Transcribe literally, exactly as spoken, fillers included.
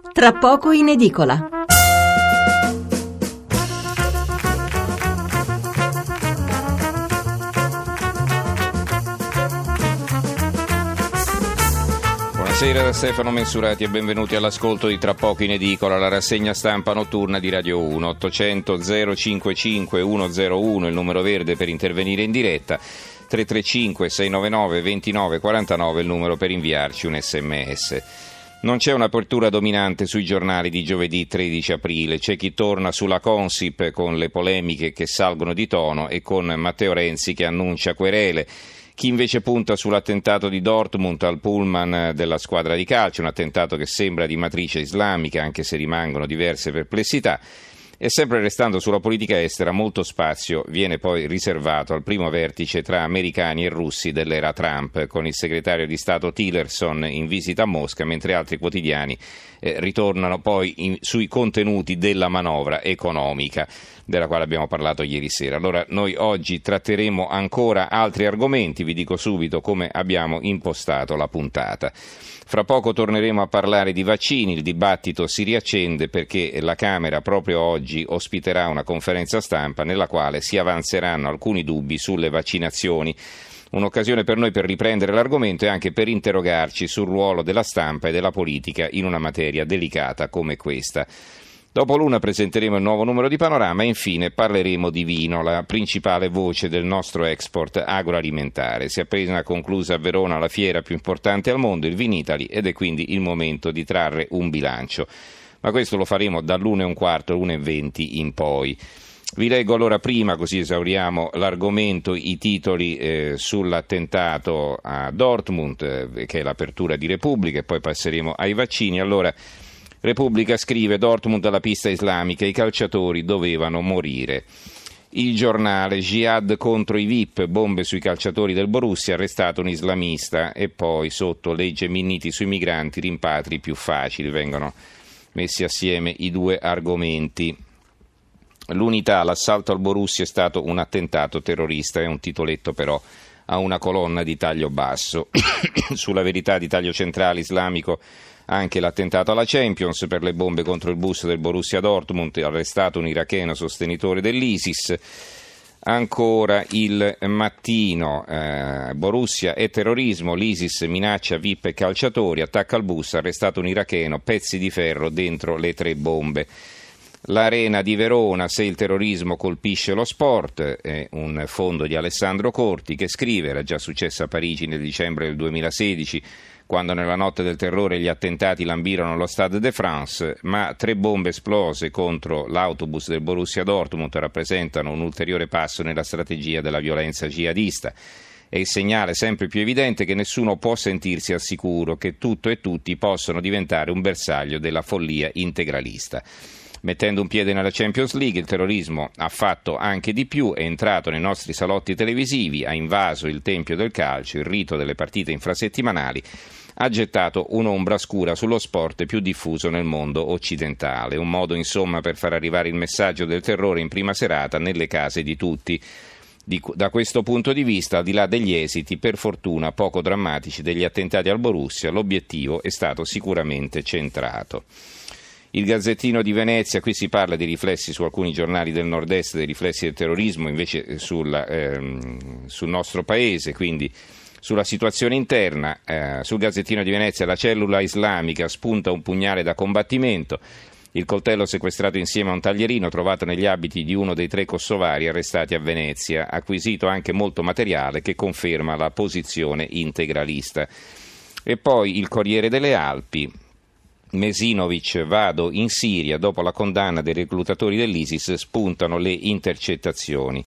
Tra poco in edicola. Buonasera da Stefano Mensurati e benvenuti all'ascolto di Tra poco in edicola, la rassegna stampa notturna di Radio uno. Ottocento zero cinquantacinque centouno il numero verde per intervenire in diretta, tre tre cinque sei nove nove due nove quattro nove il numero per inviarci un sms. Non c'è un'apertura dominante sui giornali di giovedì tredici aprile, c'è chi torna sulla Consip con le polemiche che salgono di tono e con Matteo Renzi che annuncia querele. Chi invece punta sull'attentato di Dortmund al pullman della squadra di calcio, un attentato che sembra di matrice islamica, anche se rimangono diverse perplessità. E sempre restando sulla politica estera, molto spazio viene poi riservato al primo vertice tra americani e russi dell'era Trump, con il segretario di Stato Tillerson in visita a Mosca, mentre altri quotidiani eh, ritornano poi in, sui contenuti della manovra economica, della quale abbiamo parlato ieri sera. Allora noi oggi tratteremo ancora altri argomenti, vi dico subito come abbiamo impostato la puntata. Fra poco torneremo a parlare di vaccini, il dibattito si riaccende perché la Camera proprio oggi ospiterà una conferenza stampa nella quale si avanzeranno alcuni dubbi sulle vaccinazioni. Un'occasione per noi per riprendere l'argomento e anche per interrogarci sul ruolo della stampa e della politica in una materia delicata come questa. Dopo l'una presenteremo il nuovo numero di Panorama e infine parleremo di vino, la principale voce del nostro export agroalimentare. Si è appena conclusa a Verona la fiera più importante al mondo, il Vinitaly, ed è quindi il momento di trarre un bilancio. Ma questo lo faremo dall'una e un quarto, l'una e venti in poi. Vi leggo allora prima, così esauriamo l'argomento, i titoli eh, sull'attentato a Dortmund, eh, che è l'apertura di Repubblica, e poi passeremo ai vaccini. Allora, Repubblica scrive: Dortmund alla pista islamica, i calciatori dovevano morire. Il Giornale: Jihad contro i V I P, bombe sui calciatori del Borussia, arrestato un islamista. E poi sotto: legge Minniti sui migranti, rimpatri più facili. Vengono messi assieme i due argomenti. L'Unità: l'assalto al Borussia è stato un attentato terrorista, è un titoletto però a una colonna di taglio basso. Sulla Verità di taglio centrale islamico anche l'attentato alla Champions per le bombe contro il bus del Borussia Dortmund, arrestato un iracheno sostenitore dell'ISIS. Ancora Il Mattino, eh, Borussia e terrorismo, l'ISIS minaccia V I P e calciatori, attacca al bus, arrestato un iracheno, pezzi di ferro dentro le tre bombe. L'Arena di Verona, se il terrorismo colpisce lo sport, è un fondo di Alessandro Corti che scrive: era già successo a Parigi nel dicembre del duemilasedici, quando nella notte del terrore gli attentati lambirono lo Stade de France, ma tre bombe esplose contro l'autobus del Borussia Dortmund rappresentano un ulteriore passo nella strategia della violenza jihadista. È il segnale sempre più evidente che nessuno può sentirsi al sicuro, che tutto e tutti possono diventare un bersaglio della follia integralista. Mettendo un piede nella Champions League, il terrorismo ha fatto anche di più, è entrato nei nostri salotti televisivi, ha invaso il tempio del calcio, il rito delle partite infrasettimanali, ha gettato un'ombra scura sullo sport più diffuso nel mondo occidentale, un modo insomma per far arrivare il messaggio del terrore in prima serata nelle case di tutti. Di, da questo punto di vista, al di là degli esiti, per fortuna poco drammatici, degli attentati al Borussia, l'obiettivo è stato sicuramente centrato. Il Gazzettino di Venezia, qui si parla di riflessi su alcuni giornali del nord-est, dei riflessi del terrorismo, invece sul, ehm, sul nostro paese, quindi sulla situazione interna. Eh, sul Gazzettino di Venezia: la cellula islamica spunta un pugnale da combattimento, il coltello sequestrato insieme a un taglierino trovato negli abiti di uno dei tre kosovari arrestati a Venezia, acquisito anche molto materiale che conferma la posizione integralista. E poi il Corriere delle Alpi: Mesinovic, vado in Siria, dopo la condanna dei reclutatori dell'ISIS spuntano le intercettazioni.